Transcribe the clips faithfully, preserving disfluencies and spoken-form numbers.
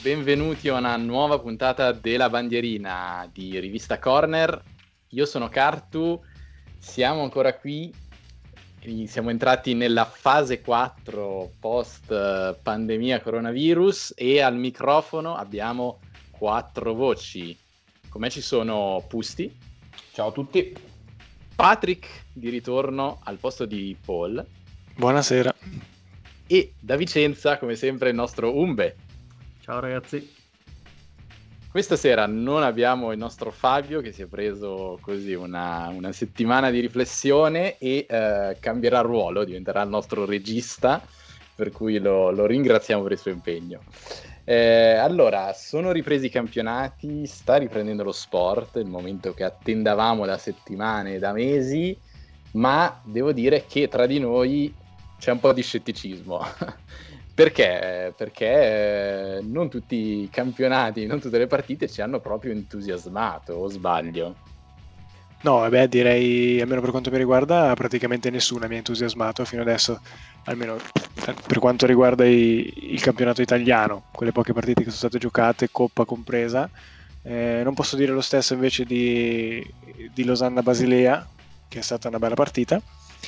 benvenuti a una nuova puntata della bandierina di Rivista Corner. Io sono Cartu, siamo ancora qui, siamo entrati nella fase quattro post pandemia coronavirus e al microfono abbiamo quattro voci. Con me ci sono Pusti. Ciao a tutti. Patrick di ritorno al posto di Paul. Buonasera. E da Vicenza, come sempre, il nostro Umbe. Ciao ragazzi. Questa sera non abbiamo il nostro Fabio, che si è preso così una, una settimana di riflessione e eh, cambierà ruolo, diventerà il nostro regista, per cui lo, lo ringraziamo per il suo impegno. Eh, allora, sono ripresi i campionati, sta riprendendo lo sport, il momento che attendavamo da settimane e da mesi, ma devo dire che tra di noi c'è un po' di scetticismo. Perché? Perché non tutti i campionati, non tutte le partite ci hanno proprio entusiasmato, o sbaglio? No, vabbè, direi, almeno per quanto mi riguarda, praticamente nessuna mi ha entusiasmato fino adesso, almeno per quanto riguarda i, il campionato italiano, quelle poche partite che sono state giocate, Coppa compresa. Eh, non posso dire lo stesso invece di, di Losanna-Basilea, che è stata una bella partita.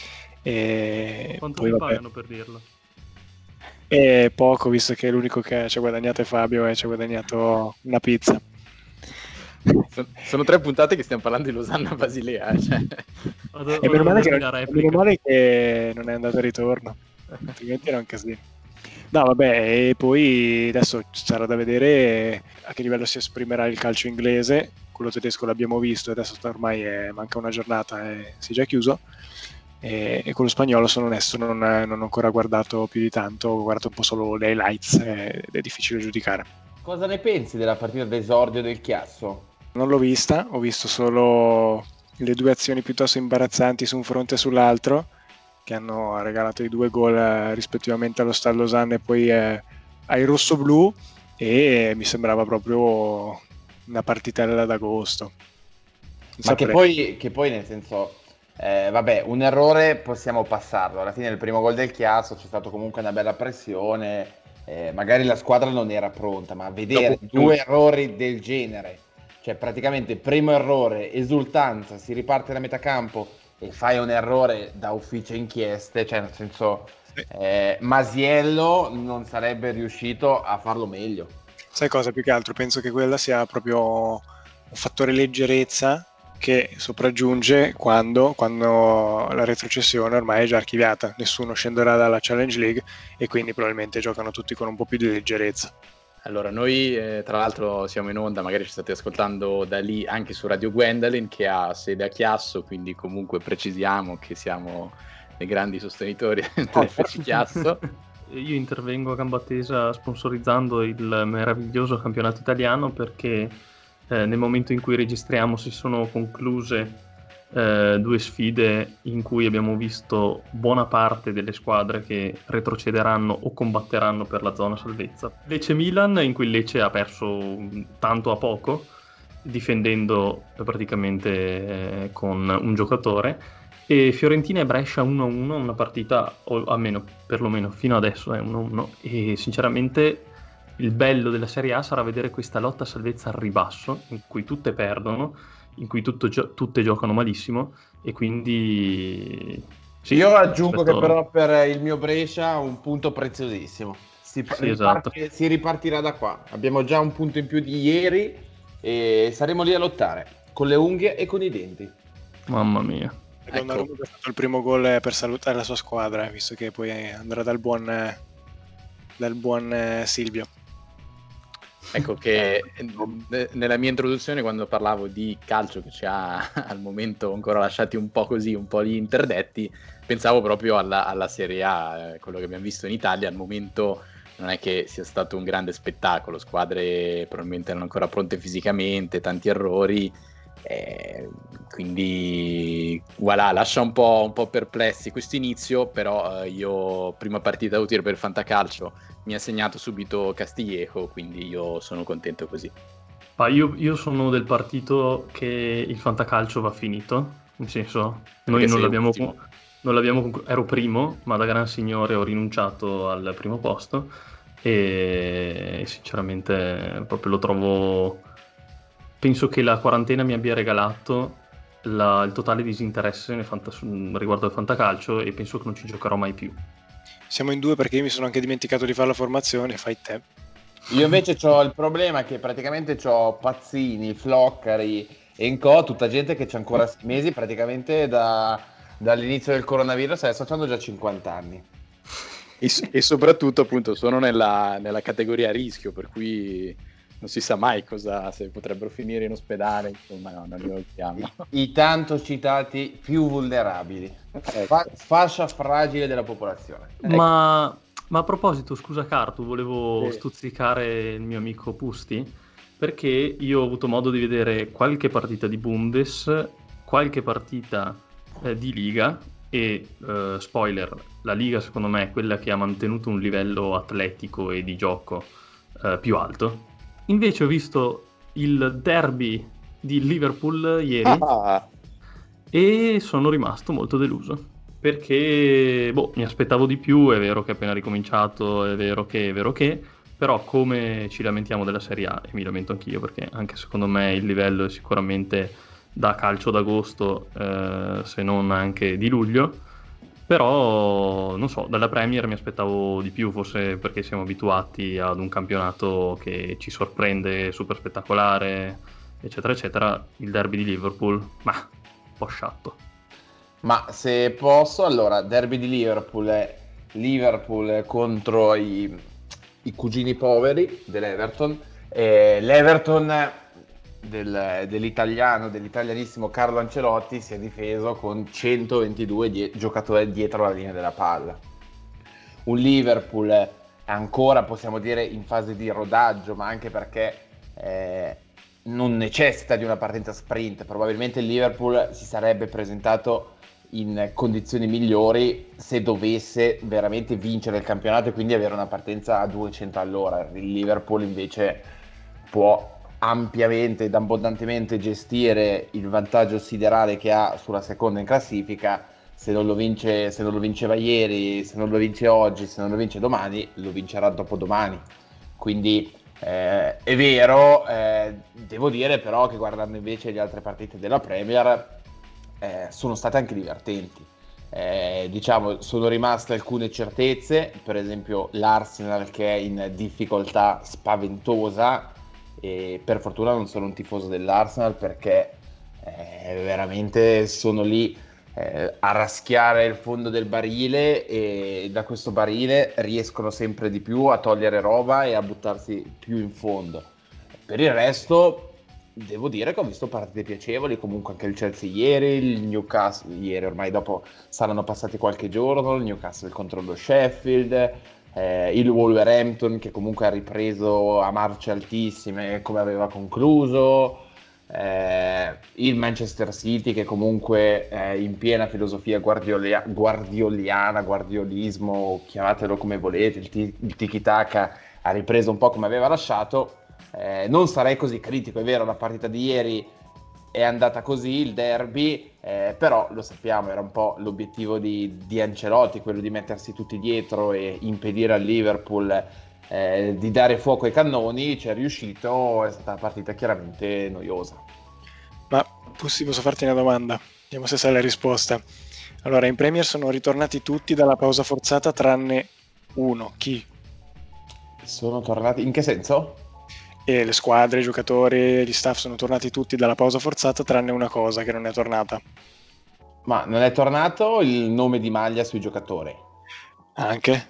E quanto poi, vi vabbè, pagano per dirlo? E poco, visto che l'unico che ci ha guadagnato è Fabio e ci ha guadagnato una pizza. Sono tre puntate che stiamo parlando di Losanna-Basilea. Cioè. Vado, e meno male, che non, meno male che non è andato a ritorno, altrimenti era un casino. No, vabbè, e poi adesso sarà da vedere a che livello si esprimerà il calcio inglese. Quello tedesco l'abbiamo visto, adesso ormai è, manca una giornata e si è già chiuso. E, e con lo spagnolo, sono onesto, non, non ho ancora guardato più di tanto, ho guardato un po' solo le highlights ed è difficile giudicare. Cosa ne pensi della partita d'esordio del Chiasso? Non l'ho vista, ho visto solo le due azioni piuttosto imbarazzanti su un fronte e sull'altro, che hanno regalato i due gol eh, rispettivamente allo Stade Lausanne e poi eh, ai rossoblù, e mi sembrava proprio una partitella d'agosto. Non Ma che poi, che poi nel senso... Eh, vabbè, un errore possiamo passarlo. Alla fine del primo gol del Chiasso c'è stato comunque una bella pressione, eh, magari la squadra non era pronta, ma vedere Dopo... due errori del genere, cioè praticamente primo errore, esultanza, si riparte da metà campo e fai un errore da ufficio inchieste, cioè nel senso eh, Masiello non sarebbe riuscito a farlo meglio. Sai cosa? Più che altro penso che quella sia proprio un fattore leggerezza che sopraggiunge quando, quando la retrocessione ormai è già archiviata, nessuno scenderà dalla Challenge League e quindi probabilmente giocano tutti con un po' più di leggerezza. Allora, noi eh, tra l'altro siamo in onda, magari ci state ascoltando da lì anche su Radio Gwendolyn, che ha sede a Chiasso, quindi comunque precisiamo che siamo dei grandi sostenitori dell'F C Chiasso. Io intervengo a gamba tesa sponsorizzando il meraviglioso campionato italiano, perché Eh, nel momento in cui registriamo si sono concluse eh, due sfide in cui abbiamo visto buona parte delle squadre che retrocederanno o combatteranno per la zona salvezza. Lecce-Milan, in cui il Lecce ha perso tanto a poco, difendendo praticamente eh, con un giocatore, e Fiorentina e Brescia uno a uno, una partita, o almeno perlomeno fino adesso è uno a uno, e sinceramente il bello della Serie A sarà vedere questa lotta a salvezza al ribasso, in cui tutte perdono, in cui tutto gio- tutte giocano malissimo, e quindi... Sì, io aggiungo aspetto... che però per il mio Brescia un punto preziosissimo. Si, sì, riparte, esatto. si ripartirà da qua. Abbiamo già un punto in più di ieri e saremo lì a lottare, con le unghie e con i denti. Mamma mia. Ecco. Donnarumma ha fatto il primo gol per salutare la sua squadra, visto che poi andrà dal buon, dal buon Silvio. Ecco che nella mia introduzione, quando parlavo di calcio che ci ha al momento ancora lasciati un po' così, un po' lì interdetti, pensavo proprio alla, alla Serie A, quello che abbiamo visto in Italia. Al momento non è che sia stato un grande spettacolo, squadre probabilmente non ancora pronte fisicamente, tanti errori, eh, quindi voilà, lascia un po', un po' perplessi questo inizio, però eh, io prima partita utile per il fantacalcio, mi ha segnato subito Castillejo, quindi io sono contento così. Ma io, io sono del partito che il fantacalcio va finito, nel senso, noi non l'abbiamo, non l'abbiamo, ero primo, ma da gran signore ho rinunciato al primo posto, e sinceramente proprio lo trovo, penso che la quarantena mi abbia regalato la, il totale disinteresse nel fanta, riguardo al fantacalcio, e penso che non ci giocherò mai più. Siamo in due perché io mi sono anche dimenticato di fare la formazione, fai te. Io invece ho il problema che praticamente ho Pazzini, Floccari e Inco, tutta gente che c'ha ancora sei mesi praticamente da, dall'inizio del coronavirus, adesso hanno già cinquanta anni. E, e soprattutto appunto sono nella, nella categoria a rischio, per cui non si sa mai cosa, se potrebbero finire in ospedale, insomma no, non li voltiamo. I, I tanto citati più vulnerabili, Fa, fascia fragile della popolazione. Ma, ma a proposito, scusa Cartu, volevo Sì. stuzzicare il mio amico Pusti, perché io ho avuto modo di vedere qualche partita di Bundes, qualche partita eh, di Liga, e eh, spoiler, la Liga secondo me è quella che ha mantenuto un livello atletico e di gioco eh, più alto. Invece ho visto il derby di Liverpool ieri Ah, e sono rimasto molto deluso, perché boh, mi aspettavo di più. È vero che è appena ricominciato, è vero che, è vero che, però come ci lamentiamo della Serie A, e mi lamento anch'io perché anche secondo me il livello è sicuramente da calcio d'agosto, eh, se non anche di luglio, però non so, dalla Premier mi aspettavo di più, forse perché siamo abituati ad un campionato che ci sorprende, super spettacolare, eccetera eccetera. Il derby di Liverpool, ma un po' sciatto. Ma se posso, allora, derby di Liverpool è Liverpool contro i, i cugini poveri dell'Everton. E l'Everton del, dell'italiano, dell'italianissimo Carlo Ancelotti si è difeso con centoventidue die- giocatori dietro la linea della palla. Un Liverpool ancora, possiamo dire, in fase di rodaggio, ma anche perché eh, non necessita di una partenza sprint. Probabilmente il Liverpool si sarebbe presentato in condizioni migliori se dovesse veramente vincere il campionato e quindi avere una partenza a duecento all'ora. Il Liverpool invece può ampiamente ed abbondantemente gestire il vantaggio siderale che ha sulla seconda in classifica. Se non lo vince, se non lo vinceva ieri, se non lo vince oggi, se non lo vince domani, lo vincerà dopodomani. Quindi eh, è vero, eh, devo dire però che guardando invece le altre partite della Premier eh, sono state anche divertenti. Eh, diciamo, sono rimaste alcune certezze, per esempio l'Arsenal che è in difficoltà spaventosa, e per fortuna non sono un tifoso dell'Arsenal perché eh, veramente sono lì eh, a raschiare il fondo del barile, e da questo barile riescono sempre di più a togliere roba e a buttarsi più in fondo. Per il resto devo dire che ho visto partite piacevoli, comunque anche il Chelsea ieri, il Newcastle ieri, ormai dopo saranno passati qualche giorno, il Newcastle contro lo Sheffield, eh, il Wolverhampton che comunque ha ripreso a marce altissime come aveva concluso, eh, il Manchester City che comunque è in piena filosofia guardiolia- guardioliana, guardiolismo, chiamatelo come volete, il, t- il tiki-taka ha ripreso un po' come aveva lasciato. Eh, non sarei così critico, è vero, la partita di ieri è andata così, il derby, eh, però lo sappiamo, era un po' l'obiettivo di, di Ancelotti, quello di mettersi tutti dietro e impedire al Liverpool eh, di dare fuoco ai cannoni. Ci è riuscito, è stata una partita chiaramente noiosa. Ma Pussi, posso farti una domanda? Vediamo se sai la risposta. Allora, in Premier sono ritornati tutti dalla pausa forzata tranne uno. Chi? Sono tornati, in che senso? E le squadre, i giocatori, gli staff sono tornati tutti dalla pausa forzata tranne una cosa che non è tornata. Ma non è tornato il nome di maglia sui giocatori? Anche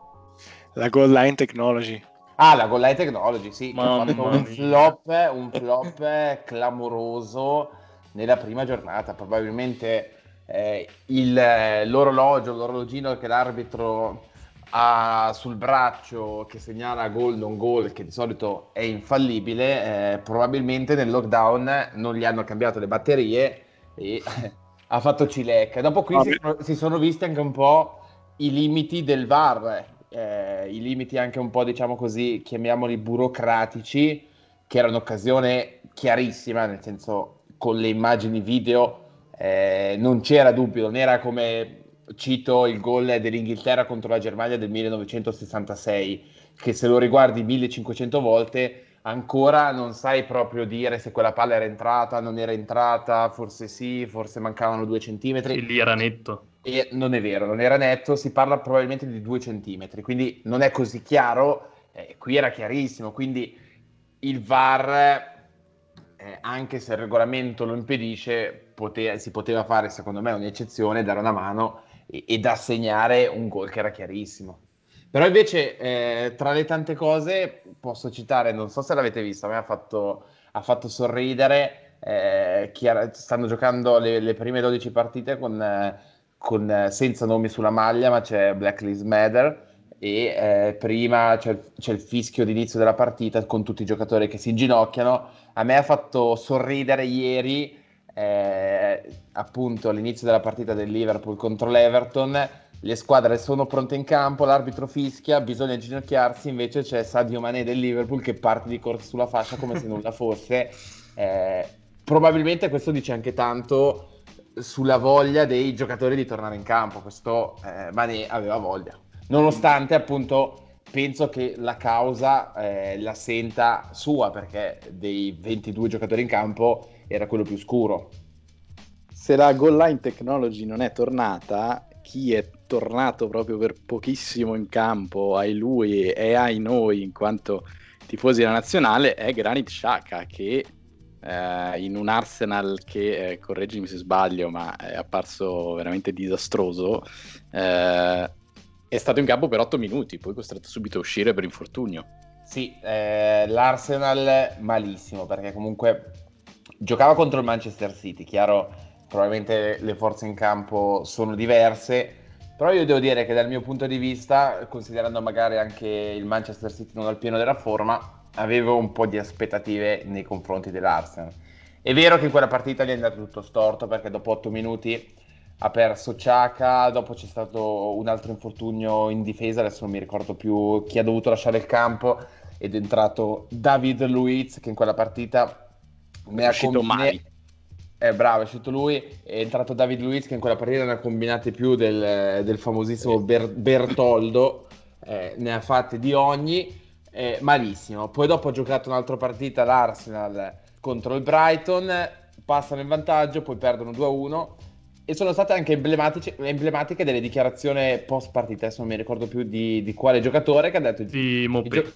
la goal line technology. Ah, la Goal Line Technology, sì, che ha Mamma fatto un mia. flop, un flop clamoroso nella prima giornata. Probabilmente eh, il, l'orologio, l'orologino che l'arbitro ha sul braccio che segnala gol non gol, che di solito è infallibile, eh, probabilmente nel lockdown non gli hanno cambiato le batterie e ha fatto cilecca. Dopo qui Ah, si sono, si sono visti anche un po' i limiti del V A R, eh, i limiti anche un po', diciamo così, chiamiamoli burocratici, che era un'occasione chiarissima, nel senso con le immagini video eh, non c'era dubbio, non era come cito il gol dell'Inghilterra contro la Germania del millenovecentosessantasei, che se lo riguardi millecinquecento volte ancora non sai proprio dire se quella palla era entrata, non era entrata, forse sì, forse mancavano due centimetri. E lì era netto. E non è vero, non era netto, si parla probabilmente di due centimetri, quindi non è così chiaro, eh, qui era chiarissimo, quindi il V A R, eh, anche se il regolamento lo impedisce, pote- si poteva fare secondo me un'eccezione, dare una mano e- ed assegnare un gol che era chiarissimo. Però invece eh, tra le tante cose posso citare, non so se l'avete visto, a me ha fatto, ha fatto sorridere, eh, chi era- stanno giocando le, le prime dodici partite con, eh, con, eh, senza nomi sulla maglia, ma c'è Black Lives Matter e eh, prima c'è il, c'è il fischio d'inizio della partita con tutti i giocatori che si inginocchiano. A me ha fatto sorridere ieri, eh, appunto all'inizio della partita del Liverpool contro l'Everton. Le squadre sono pronte in campo, l'arbitro fischia, bisogna ginocchiarsi, invece c'è Sadio Mané del Liverpool che parte di corsa sulla fascia come se nulla fosse. Eh, probabilmente questo dice anche tanto sulla voglia dei giocatori di tornare in campo. Questo eh, Mané aveva voglia. Nonostante appunto penso che la causa eh, la senta sua, perché dei ventidue giocatori in campo era quello più scuro. Se la goal line technology non è tornata, chi è tornato proprio per pochissimo in campo, ai lui e ai noi in quanto tifosi della nazionale, è Granit Xhaka, che eh, in un Arsenal che, eh, correggimi se sbaglio, ma è apparso veramente disastroso, eh, è stato in campo per otto minuti, poi costretto subito a uscire per infortunio. Sì, eh, l'Arsenal malissimo, perché comunque giocava contro il Manchester City, chiaro, probabilmente le forze in campo sono diverse, però io devo dire che dal mio punto di vista, considerando magari anche il Manchester City non al pieno della forma, avevo un po' di aspettative nei confronti dell'Arsenal. È vero che in quella partita gli è andato tutto storto, perché dopo otto minuti ha perso Xhaka, dopo c'è stato un altro infortunio in difesa, adesso non mi ricordo più chi ha dovuto lasciare il campo, ed è entrato David Luiz, che in quella partita ne è ha uscito combine... male. È bravo, è uscito lui, è entrato David Luiz che in quella partita ne ha combinate più del, del famosissimo Ber- Bertoldo, eh, ne ha fatte di ogni, eh, malissimo. Poi dopo ha giocato un'altra partita l'Arsenal contro il Brighton, passano in vantaggio, poi perdono due a uno e sono state anche emblematici- emblematiche delle dichiarazioni post partita, adesso non mi ricordo più di, di quale giocatore che ha detto... Di Mopé. Gio-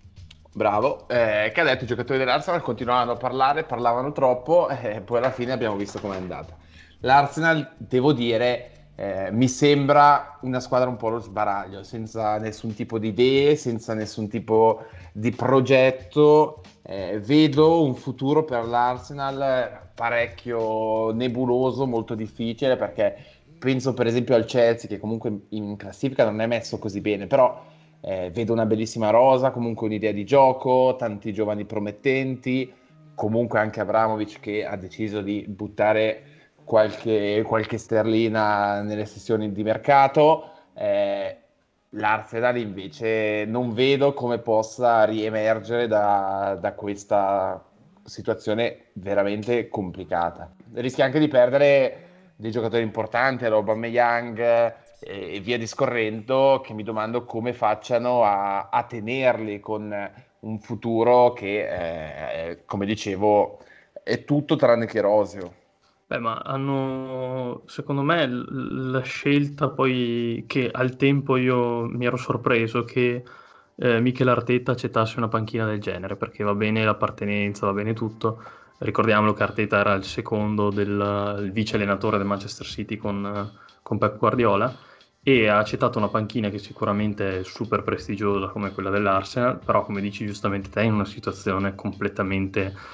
Bravo, eh, che ha detto i giocatori dell'Arsenal continuavano a parlare, parlavano troppo e poi alla fine abbiamo visto com'è andata. L'Arsenal, devo dire, eh, mi sembra una squadra un po' allo sbaraglio, senza nessun tipo di idee, senza nessun tipo di progetto. Eh, vedo un futuro per l'Arsenal parecchio nebuloso, molto difficile, perché penso per esempio al Chelsea, che comunque in classifica non è messo così bene, però eh, vedo una bellissima rosa, comunque un'idea di gioco, tanti giovani promettenti, comunque anche Abramovic che ha deciso di buttare qualche, qualche sterlina nelle sessioni di mercato. Eh, L'Arsenal invece non vedo come possa riemergere da, da questa situazione veramente complicata. Rischia anche di perdere dei giocatori importanti, Aubameyang e, e via discorrendo, che mi domando come facciano a, a tenerli con un futuro che, eh, come dicevo, è tutto tranne che roseo. Beh, ma hanno, secondo me, l- la scelta poi che al tempo io mi ero sorpreso che eh, Mikel Arteta accettasse una panchina del genere, perché va bene l'appartenenza, va bene tutto. Ricordiamolo che Arteta era il secondo del il vice allenatore del Manchester City con, con Pep Guardiola e ha accettato una panchina che sicuramente è super prestigiosa come quella dell'Arsenal, però come dici giustamente te, in una situazione completamente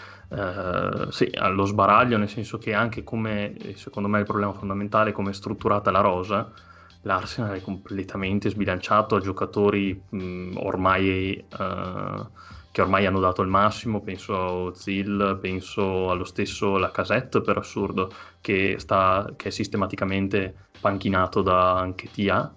Uh, sì, allo sbaraglio, nel senso che anche come, secondo me il problema fondamentale, come è strutturata la rosa, l'Arsenal è completamente sbilanciato, ha giocatori mh, ormai uh, che ormai hanno dato il massimo, penso a Ozil, penso allo stesso Lacazette per assurdo, che, sta, che è sistematicamente panchinato da Nketiah.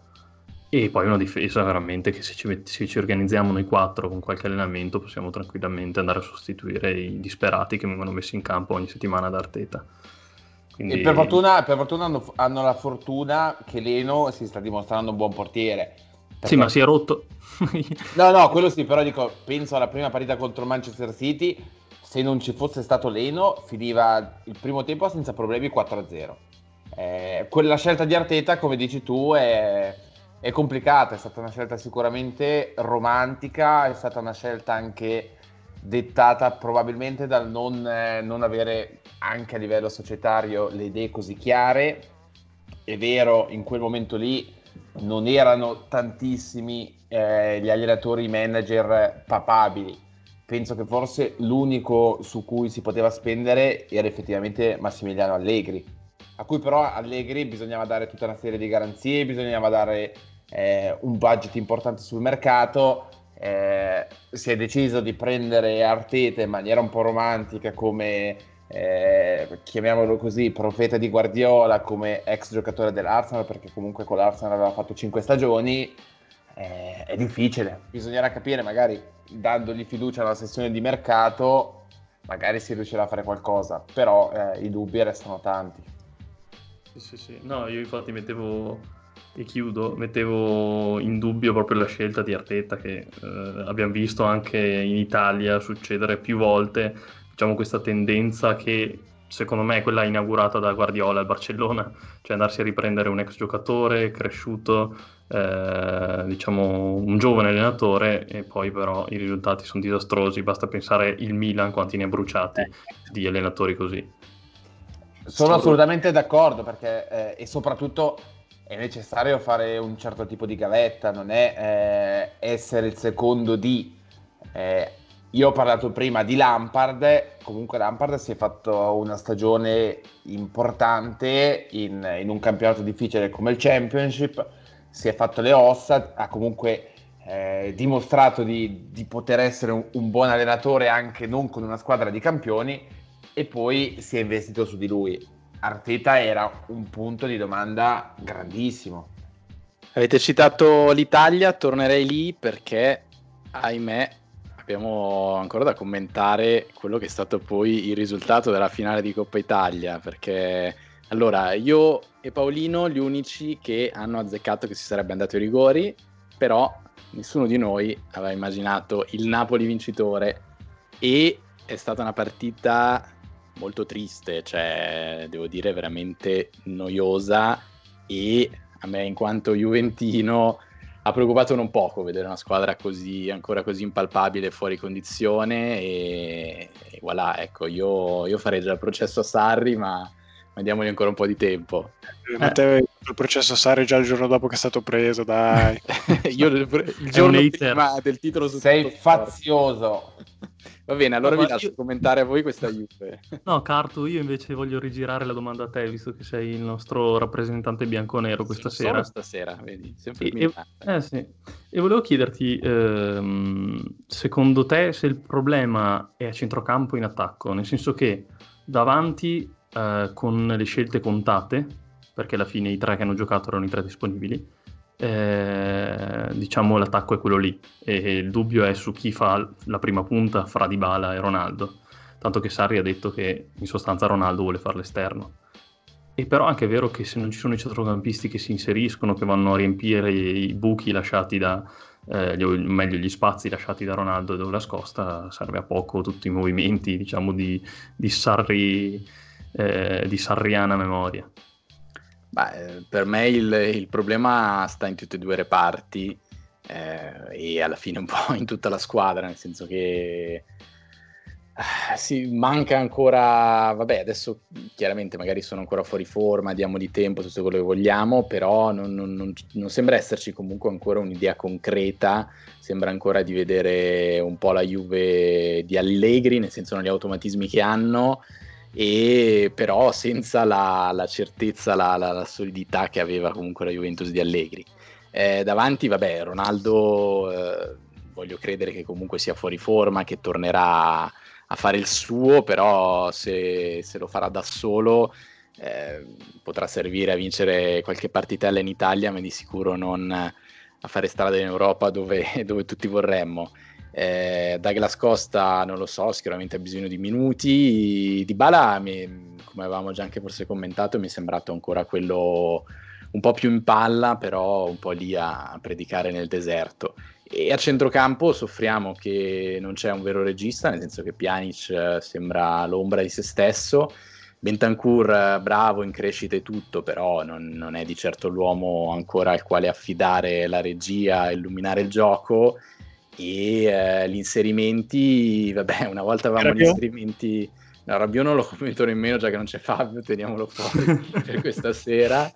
E poi una difesa veramente che se ci, met- se ci organizziamo noi quattro con qualche allenamento possiamo tranquillamente andare a sostituire i disperati che vengono messi in campo ogni settimana da Arteta. Quindi... E per fortuna, per fortuna hanno, hanno la fortuna che Leno si sta dimostrando un buon portiere, Sì, ma si è rotto. No, no, quello sì, però dico, penso alla prima partita contro il Manchester City, se non ci fosse stato Leno, finiva il primo tempo senza problemi quattro a zero. Eh, quella scelta di Arteta, come dici tu, è, è complicata, è stata una scelta sicuramente romantica, è stata una scelta anche dettata probabilmente dal non, eh, non avere anche a livello societario le idee così chiare. È vero, in quel momento lì non erano tantissimi eh, gli allenatori, i manager papabili. Penso che forse l'unico su cui si poteva spendere era effettivamente Massimiliano Allegri, a cui però Allegri bisognava dare tutta una serie di garanzie, bisognava dare eh, un budget importante sul mercato. Eh, si è deciso di prendere Arteta in maniera un po' romantica come, eh, chiamiamolo così, profeta di Guardiola, come ex giocatore dell'Arsenal, perché comunque con l'Arsenal aveva fatto cinque stagioni. Eh, è difficile, bisognerà capire, magari dandogli fiducia alla sessione di mercato magari si riuscirà a fare qualcosa, però eh, i dubbi restano tanti. Sì, sì, sì. No, io infatti mettevo, e chiudo, mettevo in dubbio proprio la scelta di Arteta, che eh, abbiamo visto anche in Italia succedere più volte, diciamo, questa tendenza che secondo me è quella inaugurata da Guardiola al Barcellona, cioè andarsi a riprendere un ex giocatore cresciuto, eh, diciamo un giovane allenatore, e poi però i risultati sono disastrosi. Basta pensare il Milan quanti ne ha bruciati di allenatori così. Sono assolutamente d'accordo, perché eh, e soprattutto è necessario fare un certo tipo di gavetta, non è eh, essere il secondo di eh, io ho parlato prima di Lampard. Comunque Lampard si è fatto una stagione importante in, in un campionato difficile come il Championship, si è fatto le ossa, ha comunque eh, dimostrato di, di poter essere un, un buon allenatore anche non con una squadra di campioni, e poi si è investito su di lui. Arteta era un punto di domanda grandissimo. Avete citato l'Italia, tornerei lì perché, ahimè, abbiamo ancora da commentare quello che è stato poi il risultato della finale di Coppa Italia, perché allora io e Paolino gli unici che hanno azzeccato che si sarebbe andato ai rigori, però nessuno di noi aveva immaginato il Napoli vincitore, e è stata una partita molto triste, cioè devo dire veramente noiosa, e a me in quanto juventino ha preoccupato non poco vedere una squadra così, ancora così impalpabile, fuori condizione, e, e voilà, ecco, io, io farei già il processo a Sarri, ma, ma diamogli ancora un po' di tempo. Matteo, il processo a Sarri già il giorno dopo che è stato preso, dai. Io il, il giorno prima del titolo su sei fazioso. Va bene, allora no, vi lascio io... commentare a voi questa Juve. No, Cartu, io invece voglio rigirare la domanda a te, visto che sei il nostro rappresentante bianconero questa sì, sera. Solo stasera, vedi, sempre e, e, eh, sì. E volevo chiederti, ehm, secondo te, se il problema è a centrocampo o in attacco, nel senso che davanti, eh, con le scelte contate, perché alla fine i tre che hanno giocato erano i tre disponibili, Eh, diciamo l'attacco è quello lì, e il dubbio è su chi fa la prima punta fra Dybala e Ronaldo, tanto che Sarri ha detto che in sostanza Ronaldo vuole fare l'esterno. E però anche è vero che se non ci sono i centrocampisti che si inseriscono, che vanno a riempire i buchi lasciati da eh, gli, meglio gli spazi lasciati da Ronaldo e Douglas Costa, serve a poco tutti i movimenti, diciamo, di, di Sarri, eh, di sarriana memoria. Beh, per me il, il problema sta in tutte e due i reparti, eh, e alla fine un po' in tutta la squadra, nel senso che eh, sì, manca ancora, vabbè, adesso chiaramente magari sono ancora fuori forma, diamogli tempo, tutto quello che vogliamo, però non, non, non, non sembra esserci comunque ancora un'idea concreta, sembra ancora di vedere un po' la Juve di Allegri, nel senso negli automatismi che hanno, e però senza la, la certezza, la, la, la solidità che aveva comunque la Juventus di Allegri. Eh, davanti, vabbè, Ronaldo, eh, voglio credere che comunque sia fuori forma, che tornerà a fare il suo, però se, se lo farà da solo eh, potrà servire a vincere qualche partitella in Italia, ma di sicuro non a fare strada in Europa dove, dove tutti vorremmo. Eh, Douglas Costa non lo so, sicuramente ha bisogno di minuti. Dybala, mi, come avevamo già anche forse commentato, mi è sembrato ancora quello un po' più in palla, però un po' lì a predicare nel deserto. E a centrocampo soffriamo che non c'è un vero regista, nel senso che Pjanic sembra l'ombra di se stesso. Bentancur bravo, in crescita e tutto, però non, non è di certo l'uomo ancora al quale affidare la regia, illuminare il gioco. E eh, gli inserimenti, vabbè, una volta avevamo gli inserimenti, no, Rabiot non lo commento nemmeno, già che non c'è Fabio, teniamolo fuori per questa sera.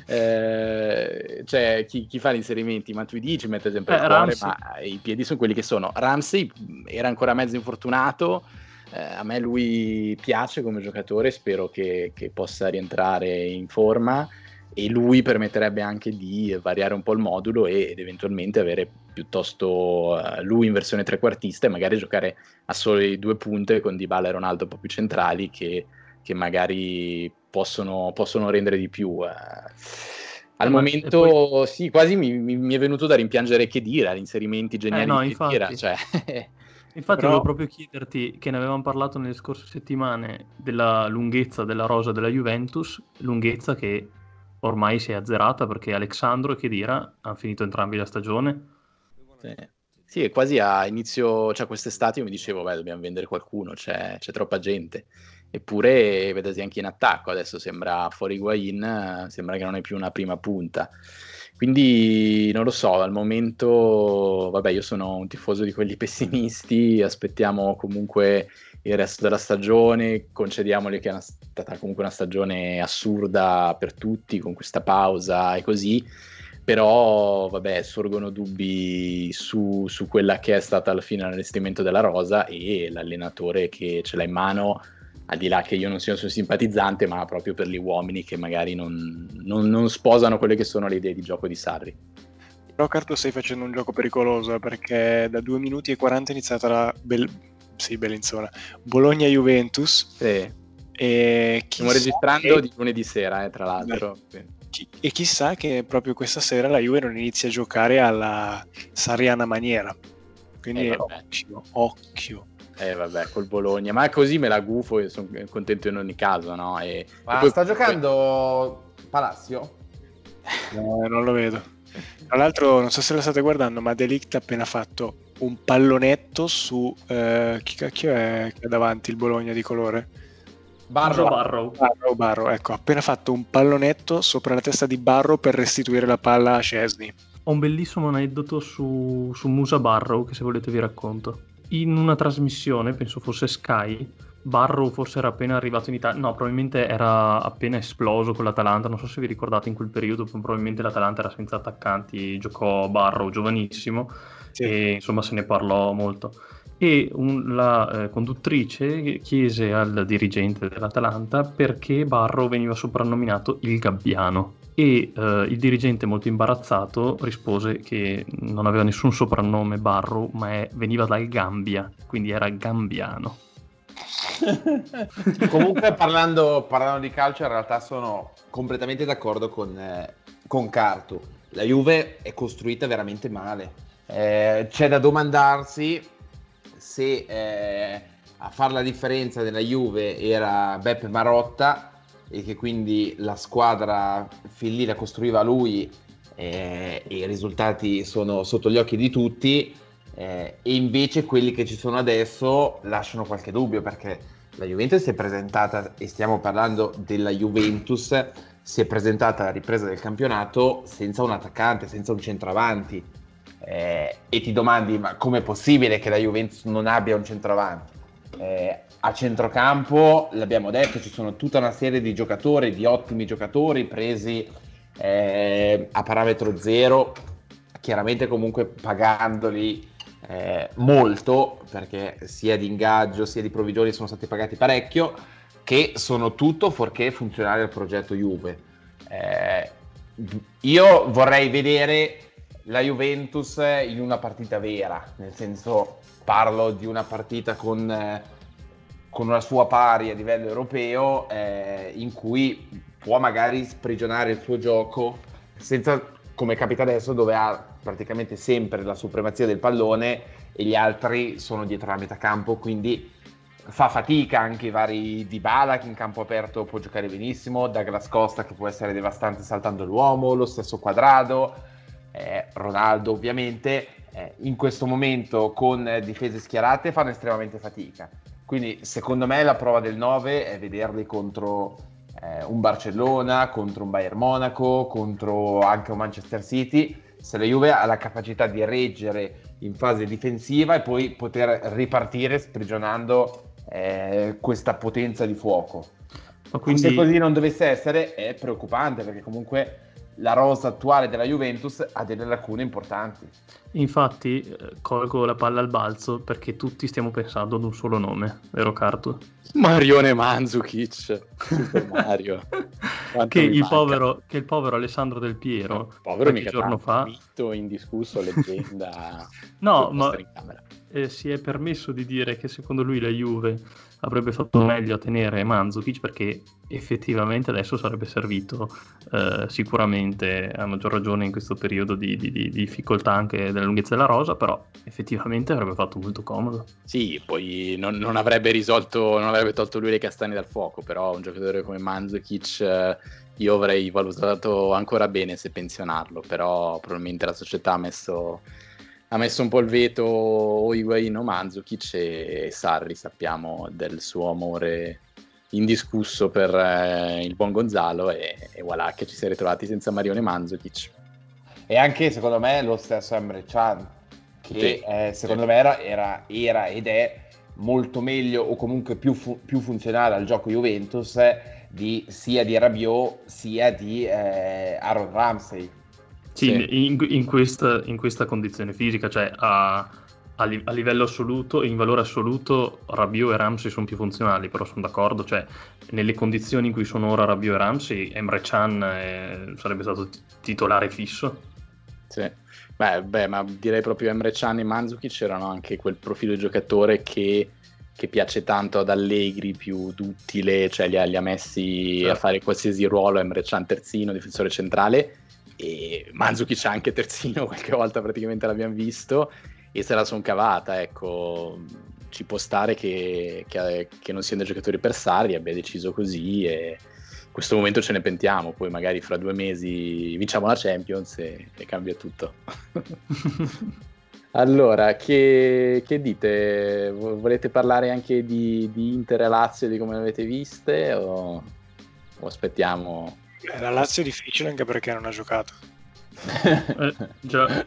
Eh, cioè chi, chi fa gli inserimenti? Matuidi ci mette sempre eh, il cuore, Ramsey. Ma i piedi sono quelli che sono. Ramsey era ancora mezzo infortunato. Eh, a me lui piace come giocatore, spero che, che possa rientrare in forma, e lui permetterebbe anche di variare un po' il modulo e, ed eventualmente avere piuttosto uh, lui in versione trequartista e magari giocare a sole due punte con Dybala e Ronaldo un po' più centrali che, che magari possono, possono rendere di più. Uh, al eh, momento poi... sì, quasi mi, mi, mi è venuto da rimpiangere Khedira, gli inserimenti geniali eh, no, di Khedira, cioè... Infatti Però... volevo proprio chiederti, che ne avevamo parlato nelle scorse settimane, della lunghezza della rosa della Juventus, lunghezza che ormai si è azzerata perché Alexandro e Khedira hanno finito entrambi la stagione. Sì, sì, è quasi a inizio, cioè quest'estate io mi dicevo, beh, dobbiamo vendere qualcuno, c'è, c'è troppa gente. Eppure vedete anche in attacco, adesso sembra fuori Higuain, sembra che non è più una prima punta. Quindi non lo so, al momento, vabbè, io sono un tifoso di quelli pessimisti, aspettiamo comunque il resto della stagione, concediamoli che è una, stata comunque una stagione assurda per tutti, con questa pausa e così, però vabbè, sorgono dubbi su, su quella che è stata alla fine l'allestimento della rosa e l'allenatore che ce l'ha in mano, al di là che io non sia un suo simpatizzante, ma proprio per gli uomini che magari non, non, non sposano quelle che sono le idee di gioco di Sarri. Però Carto stai facendo un gioco pericoloso, perché da due minuti e quaranta è iniziata la bel... sì, Bellinzona, Bologna-Juventus. Sì. E stiamo registrando che... di lunedì sera, eh, tra l'altro. Sì. Chi... e chissà che proprio questa sera la Juve non inizia a giocare alla sarriana maniera. Quindi eh, occhio, occhio. Eh vabbè, col Bologna, ma così me la gufo e sono contento in ogni caso, no? E, ma e poi... sta giocando Palacio? No, non lo vedo. Tra l'altro, non so se lo state guardando, ma De Ligt ha appena fatto un pallonetto su eh, chi cacchio è che ha davanti il Bologna di colore? Barro. Barro. Barro, Barro, ecco, ha appena fatto un pallonetto sopra la testa di Barro per restituire la palla a Szczesny. Ho un bellissimo aneddoto su, su Musa Barrow che se volete vi racconto. In una trasmissione, penso fosse Sky, Barrow forse era appena arrivato in Italia, no, probabilmente era appena esploso con l'Atalanta, non so se vi ricordate in quel periodo, probabilmente l'Atalanta era senza attaccanti, giocò Barrow giovanissimo, sì. E insomma se ne parlò molto. E un, la eh, conduttrice chiese al dirigente dell'Atalanta perché Barrow veniva soprannominato il Gabbiano. E uh, il dirigente, molto imbarazzato, rispose che non aveva nessun soprannome Barrow, ma è, veniva dal Gambia, quindi era gambiano. Comunque parlando, parlando di calcio, in realtà sono completamente d'accordo con, eh, con Cartu. La Juve è costruita veramente male. Eh, c'è da domandarsi se eh, a fare la differenza nella Juve era Beppe Marotta e che quindi la squadra fin lì la costruiva lui eh, e i risultati sono sotto gli occhi di tutti, eh, e invece quelli che ci sono adesso lasciano qualche dubbio, perché la Juventus si è presentata, e stiamo parlando della Juventus, si è presentata alla ripresa del campionato senza un attaccante, senza un centravanti, eh, e ti domandi ma com'è possibile che la Juventus non abbia un centravanti? Eh, a centrocampo, l'abbiamo detto, ci sono tutta una serie di giocatori, di ottimi giocatori presi eh, a parametro zero, chiaramente comunque pagandoli eh, molto, perché sia di ingaggio sia di provvigioni sono stati pagati parecchio, che sono tutto fuorché funzionare al progetto Juve. Eh, io vorrei vedere la Juventus in una partita vera, nel senso parlo di una partita con, eh, con una sua pari a livello europeo, eh, in cui può magari sprigionare il suo gioco senza, come capita adesso, dove ha praticamente sempre la supremazia del pallone e gli altri sono dietro la metà campo, quindi fa fatica anche i vari Dybala, che in campo aperto può giocare benissimo, Douglas Costa che può essere devastante saltando l'uomo, lo stesso Quadrado, eh, Ronaldo ovviamente, eh, in questo momento con eh, difese schierate fanno estremamente fatica. Quindi secondo me la prova del nove è vederli contro eh, un Barcellona, contro un Bayern Monaco, contro anche un Manchester City, se la Juve ha la capacità di reggere in fase difensiva e poi poter ripartire sprigionando eh, questa potenza di fuoco. Ma quindi... Se così non dovesse essere è preoccupante, perché comunque la rosa attuale della Juventus ha delle lacune importanti. Infatti eh, colgo la palla al balzo perché tutti stiamo pensando ad un solo nome, vero Cartu? Marione Mandzukic, Super Mario. che, il povero, che il povero Alessandro Del Piero, no, povero qualche giorno fa, mito indiscusso, leggenda. No, ma eh, si è permesso di dire che secondo lui la Juve avrebbe fatto meglio a tenere Mandzukic perché effettivamente adesso sarebbe servito eh, sicuramente, a maggior ragione in questo periodo di, di, di difficoltà anche della lunghezza della rosa, però effettivamente avrebbe fatto molto comodo. Sì, poi non, non avrebbe risolto, non avrebbe tolto lui le castagne dal fuoco, però un giocatore come Mandzukic eh, io avrei valutato ancora bene se pensionarlo, però probabilmente la società ha messo... ha messo un po' il veto o Higuain o Mandzukic, e Sarri sappiamo del suo amore indiscusso per eh, il buon Gonzalo, e, e voilà che ci si è ritrovati senza Marione Mandzukic. E anche secondo me lo stesso Emre Can, che sì, eh, secondo sì. me era, era, era ed è molto meglio o comunque più, fu- più funzionale al gioco Juventus di, sia di Rabiot sia di eh, Aaron Ramsey. Sì, sì. In, in, questa, in questa condizione fisica, cioè a, a, li, a livello assoluto, in valore assoluto, Rabiot e Ramsey sono più funzionali, però sono d'accordo, cioè nelle condizioni in cui sono ora Rabiot e Ramsey, Emre Can è, sarebbe stato t- titolare fisso. Sì, beh, beh, ma direi proprio Emre Can e Mandzukic erano anche quel profilo di giocatore che, che piace tanto ad Allegri, più duttile, cioè li ha, li ha messi certo. a fare qualsiasi ruolo, Emre Can terzino, difensore centrale, e Mandzukic anche terzino, qualche volta praticamente l'abbiamo visto, e se la son cavata, ecco, ci può stare che, che, che non siano giocatori per Sarri, abbia deciso così, e in questo momento ce ne pentiamo, poi magari fra due mesi vinciamo la Champions e, e cambia tutto. Allora, che, che dite? Volete parlare anche di, di Inter e Lazio, di come le avete viste, o, o aspettiamo? La Lazio è difficile anche perché non ha giocato. eh, già.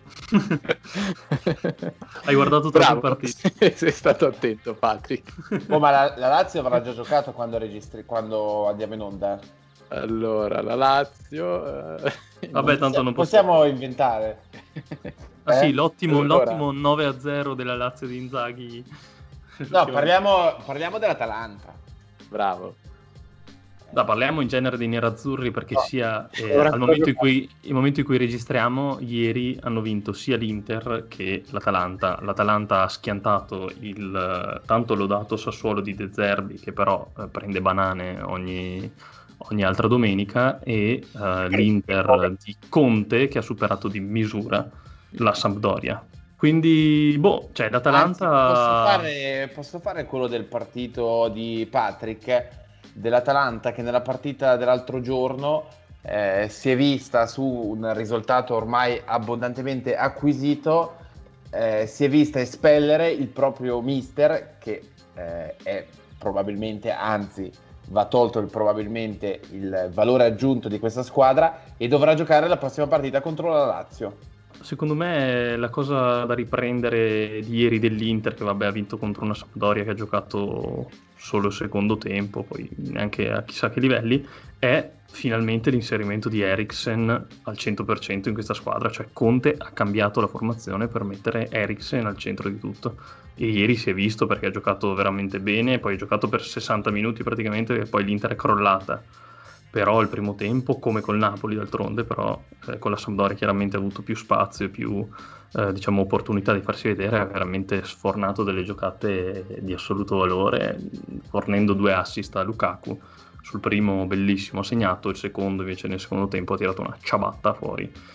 Hai guardato troppe partite. Sei stato attento, Patrick. Oh, ma la, la Lazio avrà già giocato quando registri, quando andiamo in onda. Allora, la Lazio eh, vabbè, tanto non possiamo, possiamo inventare. Ah eh? sì, l'ottimo, allora. l'ottimo nove a zero della Lazio di Inzaghi. No, parliamo, parliamo dell'Atalanta. Bravo. No, parliamo in genere dei nerazzurri perché no. sia eh, al momento in cui il momento in cui registriamo, ieri hanno vinto sia l'Inter che l'Atalanta. L'Atalanta ha schiantato il tanto lodato Sassuolo di De Zerbi, che però eh, prende banane ogni, ogni altra domenica, e eh, l'Inter di Conte, che ha superato di misura la Sampdoria. Quindi, boh, cioè l'Atalanta... Anzi, posso fare, posso fare quello del partito di Patrick, dell'Atalanta, che nella partita dell'altro giorno eh, si è vista su un risultato ormai abbondantemente acquisito, eh, si è vista espellere il proprio mister, che eh, è probabilmente, anzi va tolto il, probabilmente il valore aggiunto di questa squadra, e dovrà giocare la prossima partita contro la Lazio. Secondo me la cosa da riprendere di ieri dell'Inter, che vabbè ha vinto contro una Sampdoria che ha giocato solo il secondo tempo, poi neanche a chissà che livelli, è finalmente l'inserimento di Eriksen al cento per cento in questa squadra. Cioè Conte ha cambiato la formazione per mettere Eriksen al centro di tutto, e ieri si è visto perché ha giocato veramente bene, poi ha giocato per sessanta minuti praticamente, e poi l'Inter è crollata. Però il primo tempo, come col Napoli d'altronde, però eh, con la Sampdoria chiaramente ha avuto più spazio e più eh, diciamo opportunità di farsi vedere, ha veramente sfornato delle giocate di assoluto valore, fornendo due assist a Lukaku. Sul primo bellissimo ha segnato, il secondo invece nel secondo tempo ha tirato una ciabatta fuori.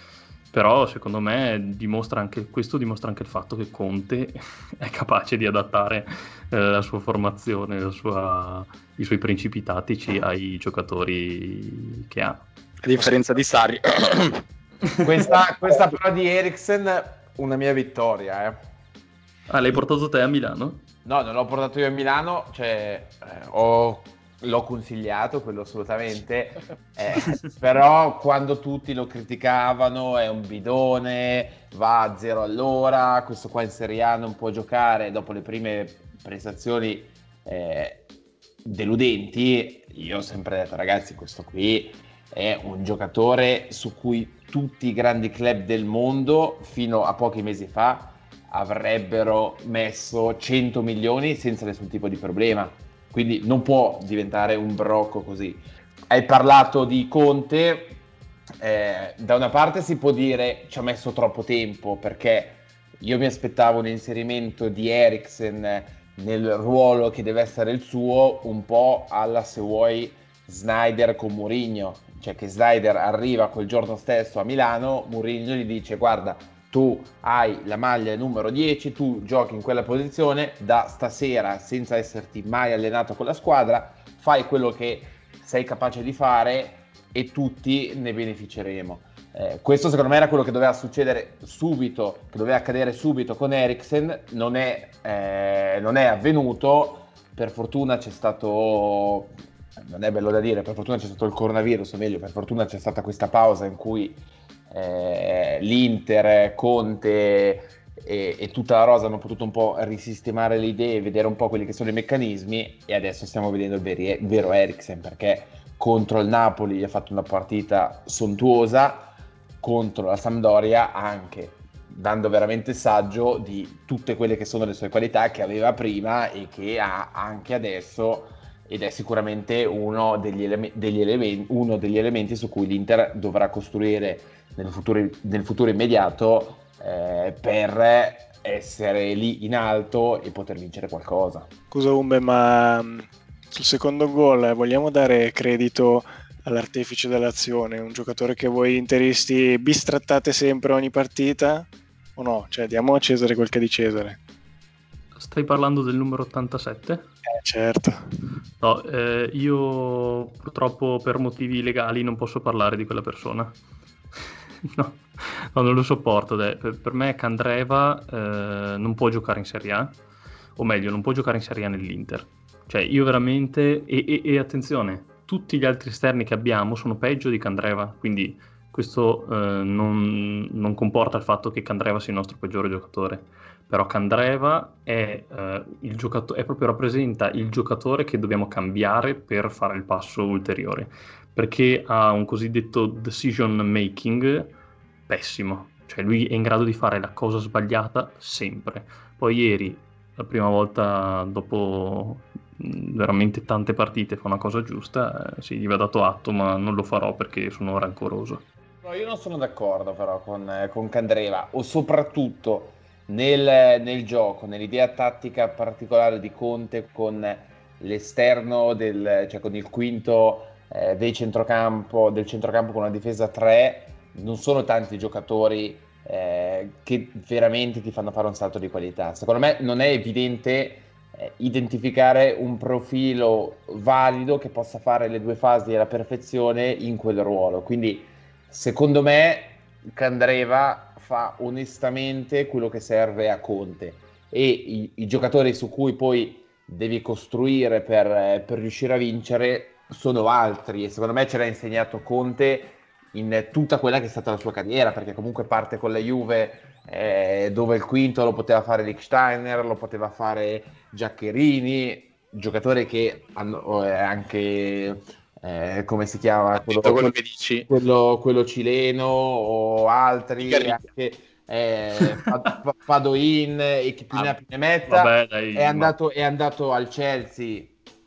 Però secondo me dimostra anche, questo dimostra anche il fatto che Conte è capace di adattare eh, la sua formazione, la sua, i suoi principi tattici ai giocatori che ha. A differenza di Sarri. Questa, questa però di Eriksen, una mia vittoria, eh. Ah, l'hai portato te a Milano? No, non l'ho portato io a Milano, cioè eh, ho, l'ho consigliato, quello assolutamente, eh, però quando tutti lo criticavano, è un bidone, va a zero all'ora, questo qua in Serie A non può giocare, dopo le prime prestazioni eh, deludenti, io ho sempre detto, ragazzi, questo qui è un giocatore su cui tutti i grandi club del mondo fino a pochi mesi fa avrebbero messo cento milioni senza nessun tipo di problema, quindi non può diventare un brocco così. Hai parlato di Conte, eh, da una parte si può dire ci ha messo troppo tempo, perché io mi aspettavo un inserimento di Eriksen nel ruolo che deve essere il suo, un po' alla, se vuoi, Snyder con Mourinho, cioè che Snyder arriva quel giorno stesso a Milano, Mourinho gli dice guarda, tu hai la maglia numero dieci, tu giochi in quella posizione, da stasera, senza esserti mai allenato con la squadra, fai quello che sei capace di fare e tutti ne beneficeremo. Eh, questo secondo me era quello che doveva succedere subito, che doveva accadere subito con Eriksen, non è, eh, non è avvenuto, per fortuna c'è stato... non è bello da dire, per fortuna c'è stato il coronavirus, o meglio, per fortuna c'è stata questa pausa in cui eh, l'Inter, Conte e, e tutta la rosa hanno potuto un po' risistemare le idee, vedere un po' quelli che sono i meccanismi, e adesso stiamo vedendo il, veri, il vero Eriksen, perché contro il Napoli ha fatto una partita sontuosa, contro la Sampdoria anche, dando veramente saggio di tutte quelle che sono le sue qualità che aveva prima e che ha anche adesso, ed è sicuramente uno degli, eleme- degli elementi, uno degli elementi su cui l'Inter dovrà costruire nel futuro, nel futuro immediato eh, per essere lì in alto e poter vincere qualcosa. Scusa Umbe, ma sul secondo gol vogliamo dare credito all'artefice dell'azione, un giocatore che voi interisti bistrattate sempre ogni partita o no? Cioè diamo a Cesare quel che è di Cesare. Stai parlando del numero ottantasette? Eh, certo. No, eh, io purtroppo per motivi legali non posso parlare di quella persona. no, no, non lo sopporto. Per, per me Candreva eh, non può giocare in Serie A, o meglio, non può giocare in Serie A nell'Inter. Cioè io veramente... E, e, e attenzione, tutti gli altri esterni che abbiamo sono peggio di Candreva, quindi questo eh, non, non comporta il fatto che Candreva sia il nostro peggiore giocatore. Però Candreva è, eh, il giocato- è proprio rappresenta il giocatore che dobbiamo cambiare per fare il passo ulteriore, perché ha un cosiddetto decision making pessimo, cioè lui è in grado di fare la cosa sbagliata sempre. Poi ieri, la prima volta dopo mh, veramente tante partite, fa una cosa giusta, eh, sì, gli va dato atto, ma non lo farò perché sono rancoroso. No, io non sono d'accordo però con, eh, con Candreva, o soprattutto nel, nel gioco, nell'idea tattica particolare di Conte con l'esterno, del, cioè con il quinto eh, dei centrocampo, del centrocampo con una difesa tre, non sono tanti giocatori eh, che veramente ti fanno fare un salto di qualità. Secondo me non è evidente eh, identificare un profilo valido che possa fare le due fasi alla perfezione in quel ruolo, quindi secondo me Candreva fa onestamente quello che serve a Conte, e i, i giocatori su cui poi devi costruire per, per riuscire a vincere sono altri, e secondo me ce l'ha insegnato Conte in tutta quella che è stata la sua carriera, perché comunque parte con la Juve eh, dove il quinto lo poteva fare Lichtsteiner, lo poteva fare Giaccherini, giocatori che hanno eh, anche eh, come si chiama quello, quello quello, che dici, quello, quello cileno o altri anche eh, Padoin e chi più ne ha più ne metta. Vabbè, dai, è, ma... andato, è andato al Chelsea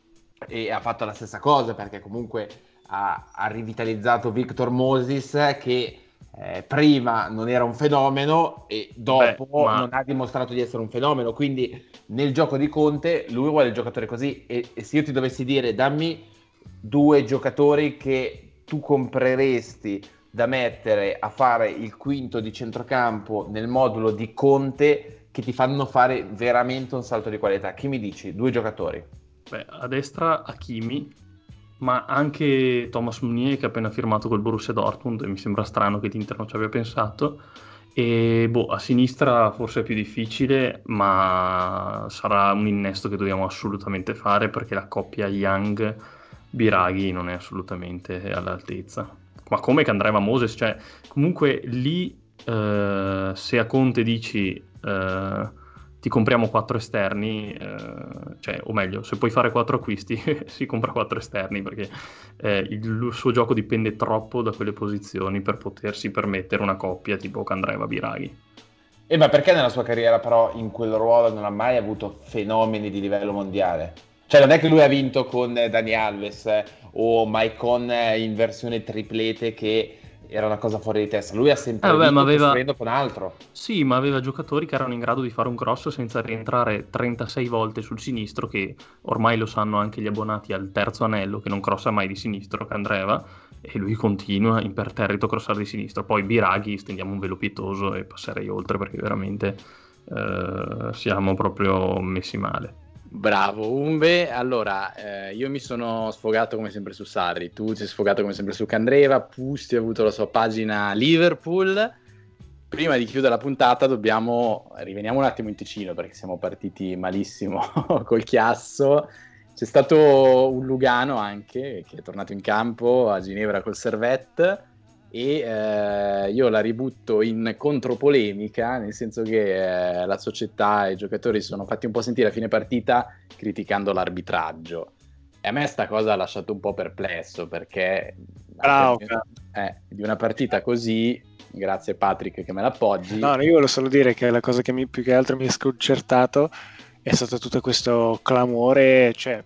e ha fatto la stessa cosa, perché comunque ha, ha rivitalizzato Victor Moses, che eh, prima non era un fenomeno e dopo Beh, ma... non ha dimostrato di essere un fenomeno, quindi nel gioco di Conte lui vuole il giocatore così, e, e se io ti dovessi dire dammi due giocatori che tu compreresti da mettere a fare il quinto di centrocampo nel modulo di Conte che ti fanno fare veramente un salto di qualità? Chi mi dici? Due giocatori. Beh, a destra Hakimi, ma anche Thomas Meunier che ha appena firmato col Borussia Dortmund e mi sembra strano che l'Inter non ci abbia pensato. E boh, a sinistra forse è più difficile, ma sarà un innesto che dobbiamo assolutamente fare perché la coppia Young-Biraghi non è assolutamente all'altezza. Ma come Candreva Moses, cioè comunque lì eh, se a Conte dici eh, ti compriamo quattro esterni, eh, cioè o meglio, se puoi fare quattro acquisti si compra quattro esterni perché eh, il, il suo gioco dipende troppo da quelle posizioni per potersi permettere una coppia tipo Candreva-Biraghi. E ma perché nella sua carriera però in quel ruolo non ha mai avuto fenomeni di livello mondiale? Cioè non è che lui ha vinto con Dani Alves eh, o Maicon eh, in versione triplete che era una cosa fuori di testa. Lui ha sempre Eh, vabbè, vinto ma aveva... costruendo con altro. Sì, ma aveva giocatori che erano in grado di fare un cross senza rientrare trentasei volte sul sinistro, che ormai lo sanno anche gli abbonati al terzo anello, che non crossa mai di sinistro, Candreva, e lui continua imperterrito a crossare di sinistro. Poi Biraghi, stendiamo un velo pietoso e passerei oltre perché veramente eh, siamo proprio messi male. Bravo Umbe, allora eh, io mi sono sfogato come sempre su Sarri, tu ti sei sfogato come sempre su Candreva, Pusti ha avuto la sua pagina Liverpool. Prima di chiudere la puntata dobbiamo, riveniamo un attimo in Ticino perché siamo partiti malissimo col Chiasso. C'è stato un Lugano anche che è tornato in campo a Ginevra col Servette e eh, io la ributto in contropolemica, nel senso che eh, la società e i giocatori si sono fatti un po' sentire a fine partita criticando l'arbitraggio e a me sta cosa ha lasciato un po' perplesso perché Bravo. Eh, di una partita così, grazie Patrick che me l'appoggi. No, io volevo solo dire che la cosa che mi, più che altro mi ha sconcertato è stato tutto questo clamore, cioè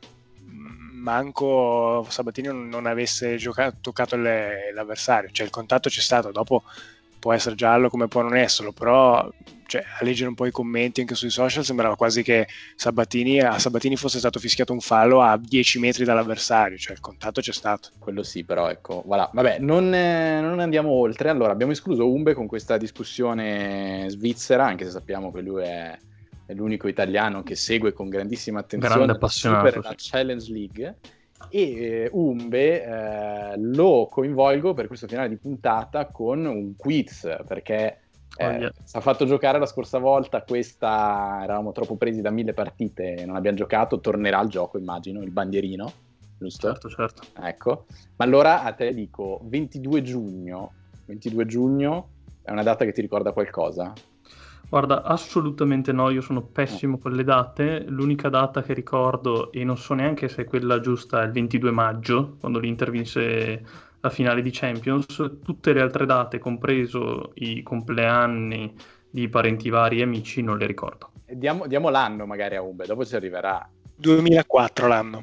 manco Sabatini non, non avesse giocato, toccato le, l'avversario, cioè il contatto c'è stato, dopo può essere giallo come può non esserlo, però cioè, a leggere un po' i commenti anche sui social sembrava quasi che Sabatini, a Sabatini fosse stato fischiato un fallo a dieci metri dall'avversario, cioè il contatto c'è stato. Quello sì, però ecco, voilà. Vabbè, non, eh, non andiamo oltre, allora abbiamo escluso Umbe con questa discussione svizzera, anche se sappiamo che lui è è l'unico italiano che segue con grandissima attenzione Grande appassionato, la sì. Challenge League e eh, Umbe eh, lo coinvolgo per questo finale di puntata con un quiz perché eh, Oh, yeah. ci ha fatto giocare la scorsa volta, questa eravamo troppo presi da mille partite e non abbiamo giocato, tornerà al gioco immagino, il bandierino, giusto? Certo, certo. Ecco, ma allora a te dico ventidue giugno, ventidue giugno è una data che ti ricorda qualcosa? Guarda, assolutamente no, io sono pessimo con le date, l'unica data che ricordo, e non so neanche se è quella giusta, è il ventidue maggio, quando l'Inter vinse la finale di Champions. Tutte le altre date, compreso i compleanni di parenti vari e amici, non le ricordo. Diamo, diamo l'anno magari a Umbe, dopo ci arriverà. duemilaquattro l'anno.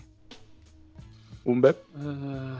Umbe? Uh,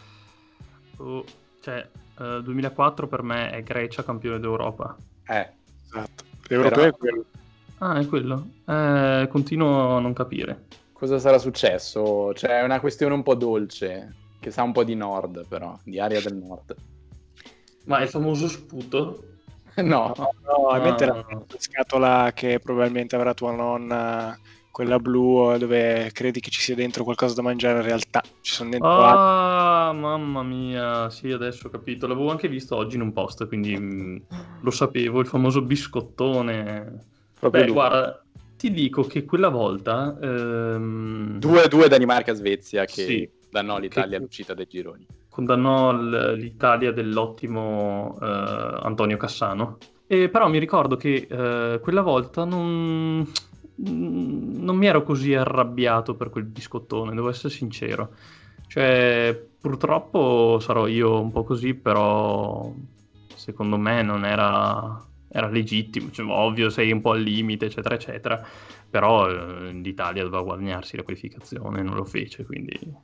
oh, cioè, uh, duemilaquattro per me è Grecia campione d'Europa. Eh. Esatto. L'europeo Però... è quello. Ah, è quello? Eh, continuo a non capire. Cosa sarà successo? Cioè, è una questione un po' dolce, che sa un po' di nord, però, di area del nord. Ma il famoso sputo? No. No, no, in mente Ah. era la scatola che probabilmente avrà tua nonna, quella blu, dove credi che ci sia dentro qualcosa da mangiare, in realtà ci sono dentro altri. Ah, mamma mia, sì, adesso ho capito. L'avevo anche visto oggi in un post, quindi mh, lo sapevo, il famoso biscottone. Proprio Beh, lui. guarda, ti dico che quella volta... Ehm, due a due Danimarca-Svezia che sì, dannò l'Italia che all'uscita dai gironi. condannò l- l'Italia dell'ottimo eh, Antonio Cassano. E però mi ricordo che eh, quella volta non... non mi ero così arrabbiato per quel biscottone, devo essere sincero. Cioè, purtroppo sarò io un po' così, però secondo me non era, era legittimo. Cioè, ovvio, sei un po' al limite, eccetera, eccetera. Però eh, l'Italia doveva guadagnarsi la qualificazione, non lo fece, quindi...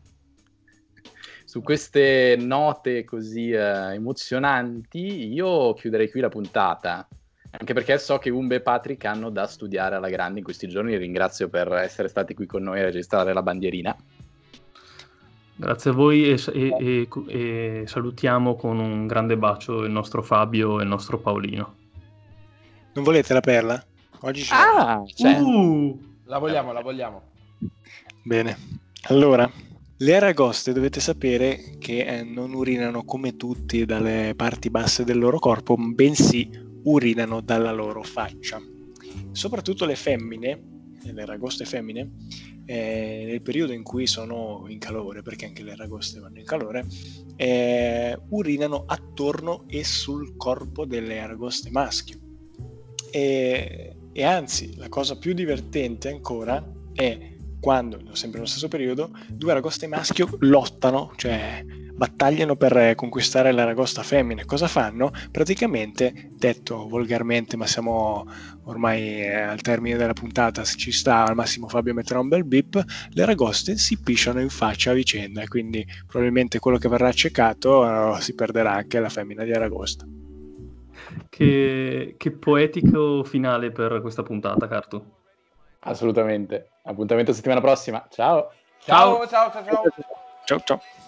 Su queste note così eh, emozionanti, io chiuderei qui la puntata. Anche perché so che Umbe e Patrick hanno da studiare alla grande in questi giorni. Ringrazio per essere stati qui con noi a registrare la bandierina. Grazie a voi e, e, e, e salutiamo con un grande bacio il nostro Fabio e il nostro Paolino. Non volete la perla? Oggi c'è. Ah, c'è. Uh! La vogliamo, la vogliamo. Bene. Allora, le aragoste dovete sapere che eh, non urinano come tutti dalle parti basse del loro corpo, bensì urinano dalla loro faccia. Soprattutto le femmine, le aragoste femmine, eh, nel periodo in cui sono in calore, perché anche le aragoste vanno in calore, eh, urinano attorno e sul corpo delle aragoste maschio. E, e anzi, la cosa più divertente ancora è quando, sempre nello stesso periodo, due aragoste maschio lottano, cioè battagliano per conquistare l'aragosta femmina. Cosa fanno? Praticamente, detto volgarmente, ma siamo ormai al termine della puntata, se ci sta, al massimo Fabio metterà un bel bip, le aragoste si pisciano in faccia a vicenda, e quindi probabilmente quello che verrà accecato uh, si perderà anche la femmina di aragosta. Che, che poetico finale per questa puntata, Cartu. Assolutamente. Appuntamento settimana prossima. Ciao. Ciao, ciao, ciao, ciao. Ciao, ciao.